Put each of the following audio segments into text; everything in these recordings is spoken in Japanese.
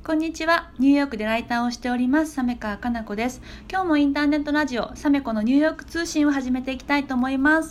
こんにちは。ニューヨークでライターをしております鮫川かな子です。今日もインターネットラジオサメコのニューヨーク通信を始めていきたいと思います。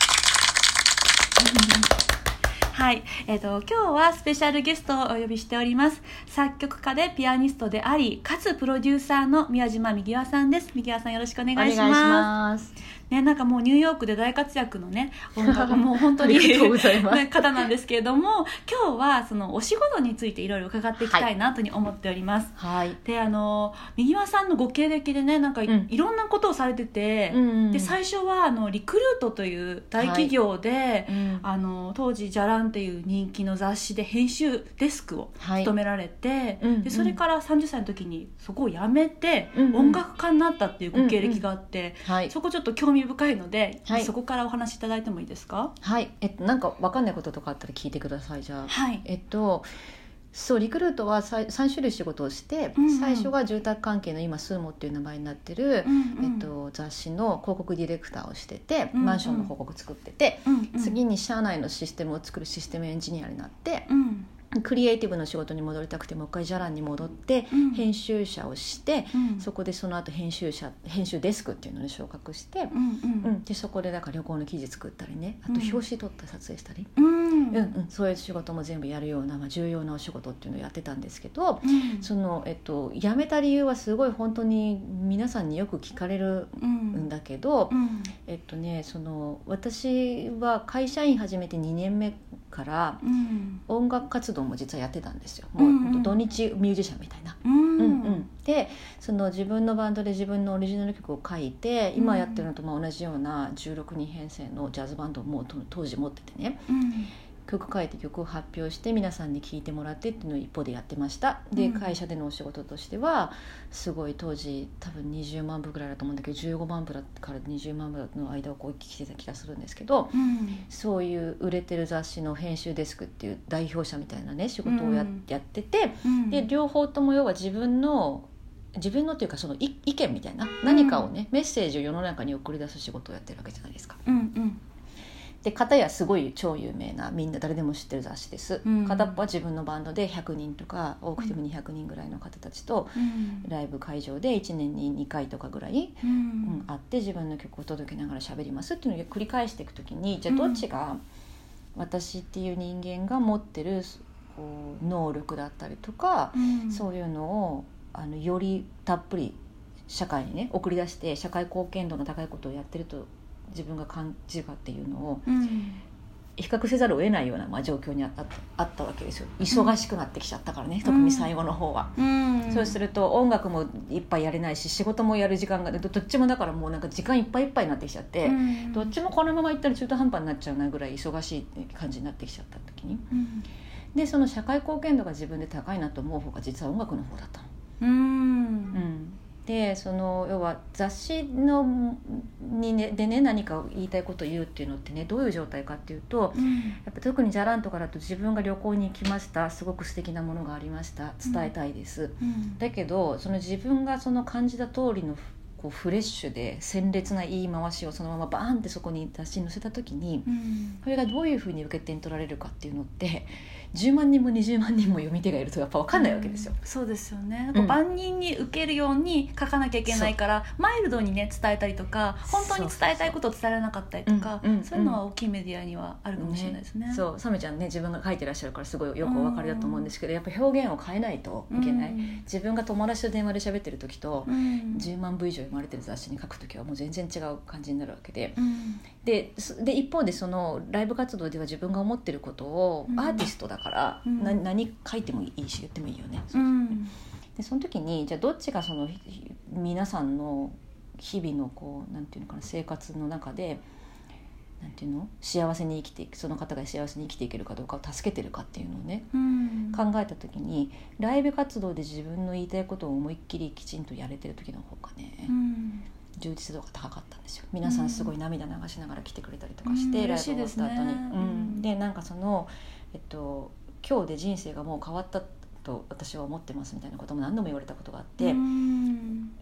はい、今日はスペシャルゲストをお呼びしております。作曲家でピアニストでありかつプロデューサーの宮島みぎわさんです。みぎわさん、よろしくお願いしますね。なんかもうニューヨークで大活躍のね音楽もう本当に方なんですけれども、今日はそのお仕事についていろいろ伺っていきたいなとに思っております。 はい、 でみぎわさんのご経歴でね、なんかいろんなことをされてて、で最初はリクルートという大企業で、当時ジャランっていう人気の雑誌で編集デスクを務められて、でそれから30歳の時にそこを辞めて、音楽家になったっていうご経歴があって、そこちょっと興味深いので、そこからお話しいただいてもいいですか？ はい、なんか分かんないこととかあったら聞いてください。じゃあ、 はい、 そうリクルートは3種類仕事をして、最初が住宅関係の今スーモっていう名前になってる、雑誌の広告ディレクターをしてて、マンションの広告作ってて、次に社内のシステムを作るシステムエンジニアになって、クリエイティブの仕事に戻りたくてもう一回ジャランに戻って、編集者をして、そこでその後編集デスクっていうのに昇格して、でそこでだから旅行の記事作ったりね、あと表紙撮った撮影したり、そういう仕事も全部やるような、重要なお仕事っていうのをやってたんですけど、その辞めた理由はすごい本当に皆さんによく聞かれるんだけど、その私は会社員始めて2年目から音楽活動も実はやってたんですよ。もう土日ミュージシャンみたいな。でその自分のバンドで自分のオリジナル曲を書いて、今やってるのと同じような16人編成のジャズバンドをもう当時持っててね、曲書いて曲を発表して皆さんに聴いてもらってっていうのを一方でやってました。で会社でのお仕事としてはすごい当時多分20万部ぐらいだと思うんだけど、15万部から20万部の間をこう生きてた気がするんですけど、そういう売れてる雑誌の編集デスクっていう代表者みたいなね仕事をやってて、で両方とも要は自分のっていうかその意見みたいな何かをね、メッセージを世の中に送り出す仕事をやってるわけじゃないですか。で片やすごい超有名なみんな誰でも知ってる雑誌です、片っぽは自分のバンドで100人とか多くても200人ぐらいの方たちと、ライブ会場で1年に2回とかぐらい、会って自分の曲を届けながら喋りますっていうのを繰り返していくときに、じゃあどっちが私っていう人間が持ってるこう能力だったりとか、そういうのをよりたっぷり社会にね送り出して社会貢献度の高いことをやってると自分が感じるかっていうのを比較せざるを得ないような、状況にあったわけですよ。忙しくなってきちゃったからね、特に最後の方は、そうすると音楽もいっぱいやれないし仕事もやる時間がどっちもだからもうなんか時間いっぱいいっぱいになってきちゃって、どっちもこのままいったら中途半端になっちゃうなぐらい忙しい感じになってきちゃった時に、でその社会貢献度が自分で高いなと思う方が実は音楽の方だったの。でその要は雑誌のでね何かを言いたいことを言うっていうのってね、どういう状態かっていうと、やっぱ特にジャランとかだと自分が旅行に行きました、すごく素敵なものがありました、伝えたいです、だけどその自分がその感じた通りのこうフレッシュで鮮烈な言い回しをそのままバーンってそこに雑誌に載せた時に、これがどういうふうに受け手に取られるかっていうのって10万人も20万人も読み手がいるとやっぱ分かんないわけですよ。 そうですよね。なんか万人に受けるように書かなきゃいけないから、マイルドにね伝えたりとか、本当に伝えたいことを伝えられなかったりとか、そういうのは大きいメディアにはあるかもしれないですね。 そう、サメちゃんね自分が書いてらっしゃるからすごいよくお分かりだと思うんですけど、やっぱ表現を変えないといけない、自分が友達と電話で喋ってる時と、10万部以上読まれてる雑誌に書く時はもう全然違う感じになるわけで、で一方でそのライブ活動では自分が思ってることを、アーティストだから、何書いてもいいし言ってもいいよね。でその時にじゃあどっちがその皆さんの日々のこうなんていうのかな、生活の中でなんていうの幸せに生きていく、その方が幸せに生きていけるかどうかを助けてるかっていうのをね、考えた時にライブ活動で自分の言いたいことを思いっきりきちんとやれてる時の方がね、充実度が高かったんですよ。皆さんすごい涙流しながら来てくれたりとかして、ライブ終わった後に、でなんかその今日で人生がもう変わったと私は思ってますみたいなことも何度も言われたことがあって、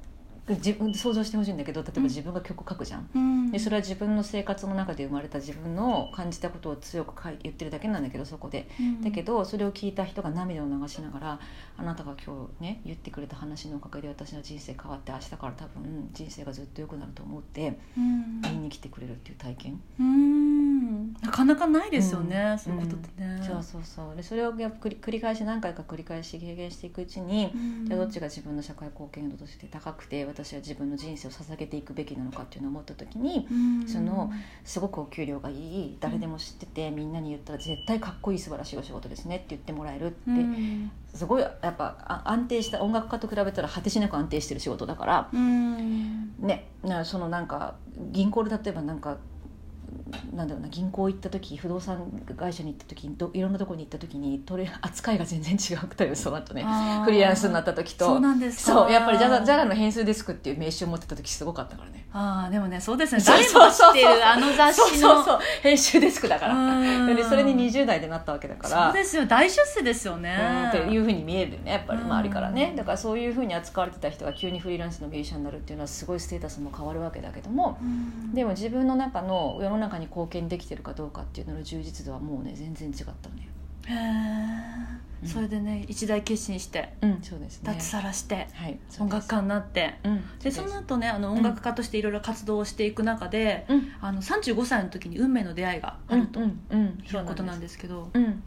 自分想像してほしいんだけど、例えば自分が曲書くじゃん、 うん、 でそれは自分の生活の中で生まれた自分の感じたことを強く言ってるだけなんだけど、そこで、うん、だけどそれを聞いた人が涙を流しながら、あなたが今日ね言ってくれた話のおかげで私の人生変わって、明日から多分人生がずっと良くなると思って言いに来てくれるっていう体験、 なかなかないですよね、そういうことってね。 そうそうそう。でそれを繰り返し何回か繰り返し経験していくうちに、じゃあどっちが自分の社会貢献度として高くて、私は自分の人生を捧げていくべきなのかっていうのを思った時に、そのすごくお給料がいい、誰でも知ってて、みんなに言ったら絶対かっこいい素晴らしいお仕事ですねって言ってもらえるって、すごいやっぱ安定した音楽家と比べたら果てしなく安定してる仕事だから、ね、そのなんか銀行で例えばなんかなんだろうな、銀行行った時、不動産会社に行った時にいろんなところに行った時に扱いが全然違くて、その後ねフリーランスになった時と。 そうなんですか。 そうやっぱりジャガの編集デスクっていう名刺を持ってた時すごかったからね。 でもね、そうですね、誰も知ってるあの雑誌のそう編集デスクだからでそれに20代でなったわけだから、 そうですよ、大出世ですよねっていうふうに見えるね、やっぱり周りからね。だからそういうふうに扱われてた人が急にフリーランスのミュージシャンになるっていうのはすごいステータスも変わるわけだけども、でも自分の中の世の中に貢献できてるかどうかっていうのの充実度はもうね全然違ったのよ。 へえ、それでね一大決心して、 そうですね、 脱サラして、 はい、 音楽家になって、でその後ね音楽家としていろいろ活動をしていく中で、35歳の時に運命の出会いがあるということなんですけど、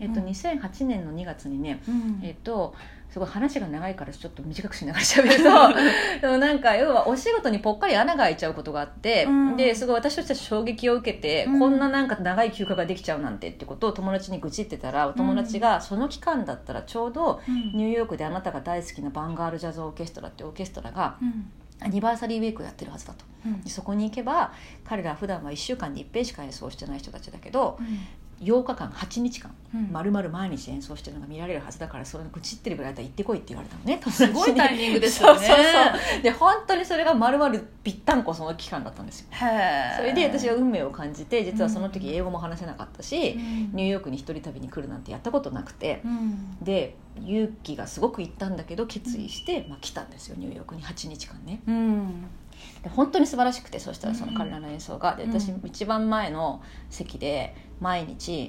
2008年の2月にね、すごい話が長いからちょっと短くしながら喋るとなんか要はお仕事にぽっかり穴が開いちゃうことがあって、ですごい私としては衝撃を受けて、こんななんか長い休暇ができちゃうなんてってことを友達に愚痴ってたら、お友達がその期間だったらちょうどニューヨークであなたが大好きなバンガールジャズオーケストラっていうオーケストラがアニバーサリーウィークをやってるはずだと、そこに行けば彼ら普段は1週間に1遍しか演奏してない人たちだけど、8日間8日間丸々毎日演奏してるのが見られるはずだから、それ愚痴ってるぐらいだったら行ってこいって言われたのね。 すごいタイミングですよね。 そうで本当にそれが丸々ぴったんこその期間だったんですよ。それで私は運命を感じて、実はその時英語も話せなかったし、ニューヨークに一人旅に来るなんてやったことなくて、で勇気がすごくいったんだけど決意して、来たんですよ、ニューヨークに8日間ね。で本当に素晴らしくて、そしたらその彼らの演奏が、で私一番前の席で毎日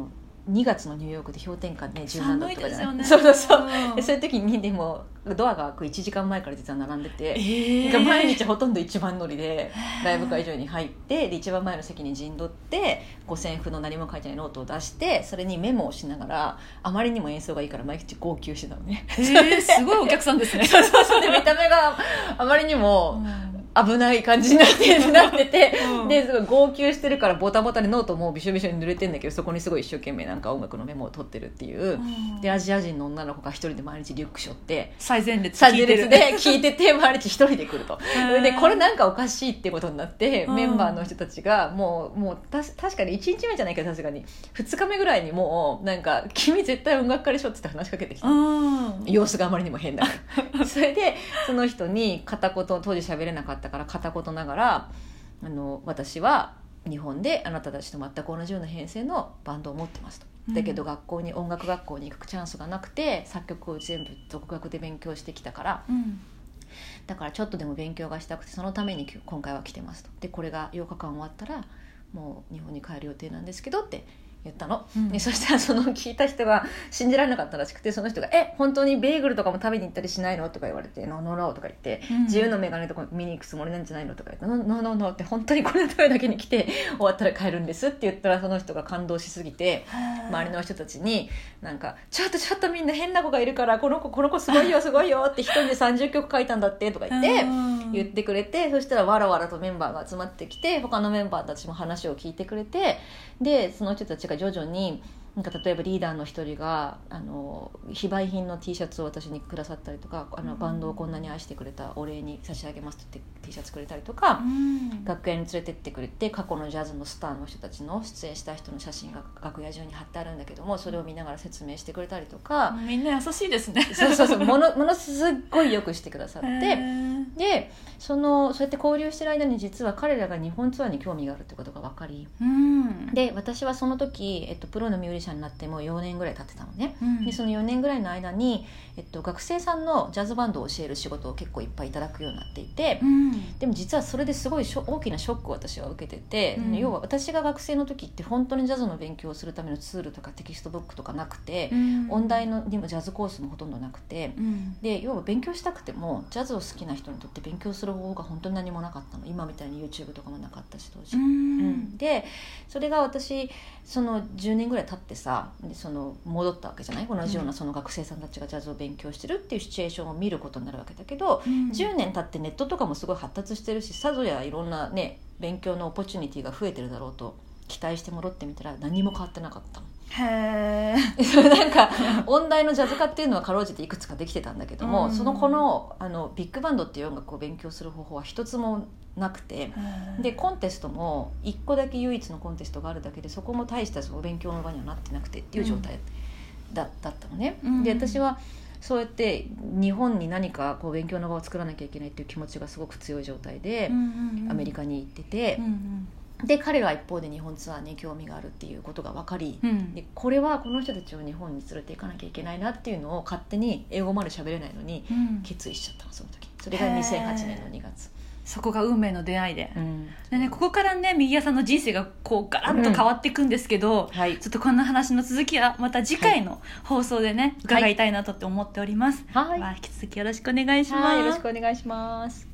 2月のニューヨークで氷点下ね17度とかじゃない、そういう時にでもドアが開く1時間前から実は並んでて、毎日ほとんど一番乗りでライブ会場に入って、で一番前の席に陣取って五線譜の何も書いてないノートを出して、それにメモをしながら、あまりにも演奏がいいから毎日号泣してたのね。 すごいお客さんですね。 そうで見た目があまりにも危ない感じになってて、ですごい号泣してるから、ボタボタでノートもびしょびしょに濡れてんだけど、そこにすごい一生懸命なんか音楽のメモを取ってるっていう、でアジア人の女の子が一人で毎日リュック背負って最前列で聞いてて、毎日一人で来ると。でこれなんかおかしいってことになって、メンバーの人たちがもう確かに1日目じゃないけど、さすがに2日目ぐらいにもうなんか君絶対音楽家でしょって話しかけてきた、様子があまりにも変だからそれでその人に片言、当時喋れなかったから片言ながら、私は日本であなたたちと全く同じような編成のバンドを持ってますと。だけど音楽学校に行くチャンスがなくて、作曲を全部独学で勉強してきたから、だからちょっとでも勉強がしたくて、そのために今回は来てますと。でこれが8日間終わったらもう日本に帰る予定なんですけどって言ったの、でそしたらその聞いた人が信じられなかったらしくて、その人が本当にベーグルとかも食べに行ったりしないのとか言われて、ノーノーノーとか言って、自由のメガネとか見に行くつもりなんじゃないのとか言って、ノーノーノーって本当にこれのためだけに来て終わったら帰るんですって言ったら、その人が感動しすぎて周りの人たちになんかちょっとみんな変な子がいるから、この子すごいよすごいよって一人で30曲書いたんだってとか言ってくれて、そしたらわらわらとメンバーが集まってきて、他のメンバーたちも話を聞いてくれて、でその人たちが徐々になんか例えばリーダーの一人が非売品の T シャツを私にくださったりとか、バンドをこんなに愛してくれたお礼に差し上げますって言って T シャツくれたりとか、学園に連れてってくれて過去のジャズのスターの人たちの出演した人の写真が楽屋中に貼ってあるんだけども、それを見ながら説明してくれたりとか、 みんな優しいですね。 そうものすっごいよくしてくださって、でそうやって交流してる間に実は彼らが日本ツアーに興味があるってことが分かり、で私はその時、プロのミュージシャンになってもう4年ぐらい経ってたのね、でその4年ぐらいの間に、学生さんのジャズバンドを教える仕事を結構いっぱいいただくようになっていて、でも実はそれですごい大きなショックを私は受けてて、要は私が学生の時って本当にジャズの勉強をするためのツールとかテキストブックとかなくて、音大にもジャズコースもほとんどなくて、で要は勉強したくてもジャズを好きな人にとって勉強する方法が本当に何もなかったの。今みたいに YouTube とかもなかったし当時、でそれが私その10年ぐらい経ってさ、で戻ったわけじゃない、同じようなその学生さんたちがジャズを勉強してるっていうシチュエーションを見ることになるわけだけど、10年経ってネットとかもすごい発達してるし、さぞやいろんなね勉強のオポチュニティが増えてるだろうと期待して戻ってみたら何も変わってなかったの。 へなんか音大のジャズ科っていうのはかろうじていくつかできてたんだけども、その子のビッグバンドっていう音楽を勉強する方法は一つもなくて、でコンテストも1個だけ唯一のコンテストがあるだけで、そこも大したお勉強の場にはなってなくてっていう状態だったのね、で私はそうやって日本に何かこう勉強の場を作らなきゃいけないっていう気持ちがすごく強い状態でアメリカに行ってて、で彼らは一方で日本ツアーに興味があるっていうことが分かり、でこれはこの人たちを日本に連れて行かなきゃいけないなっていうのを勝手に英語まで喋れないのに決意しちゃったの、その時。それが2008年の2月。 そこが運命の出会いで、でね、ここからね右谷さんの人生がこうガラッと変わっていくんですけど、ちょっとこんな話の続きはまた次回の放送でね、伺いたいなとって思っております。引き続きよろしくお願いします。 よろしくお願いします。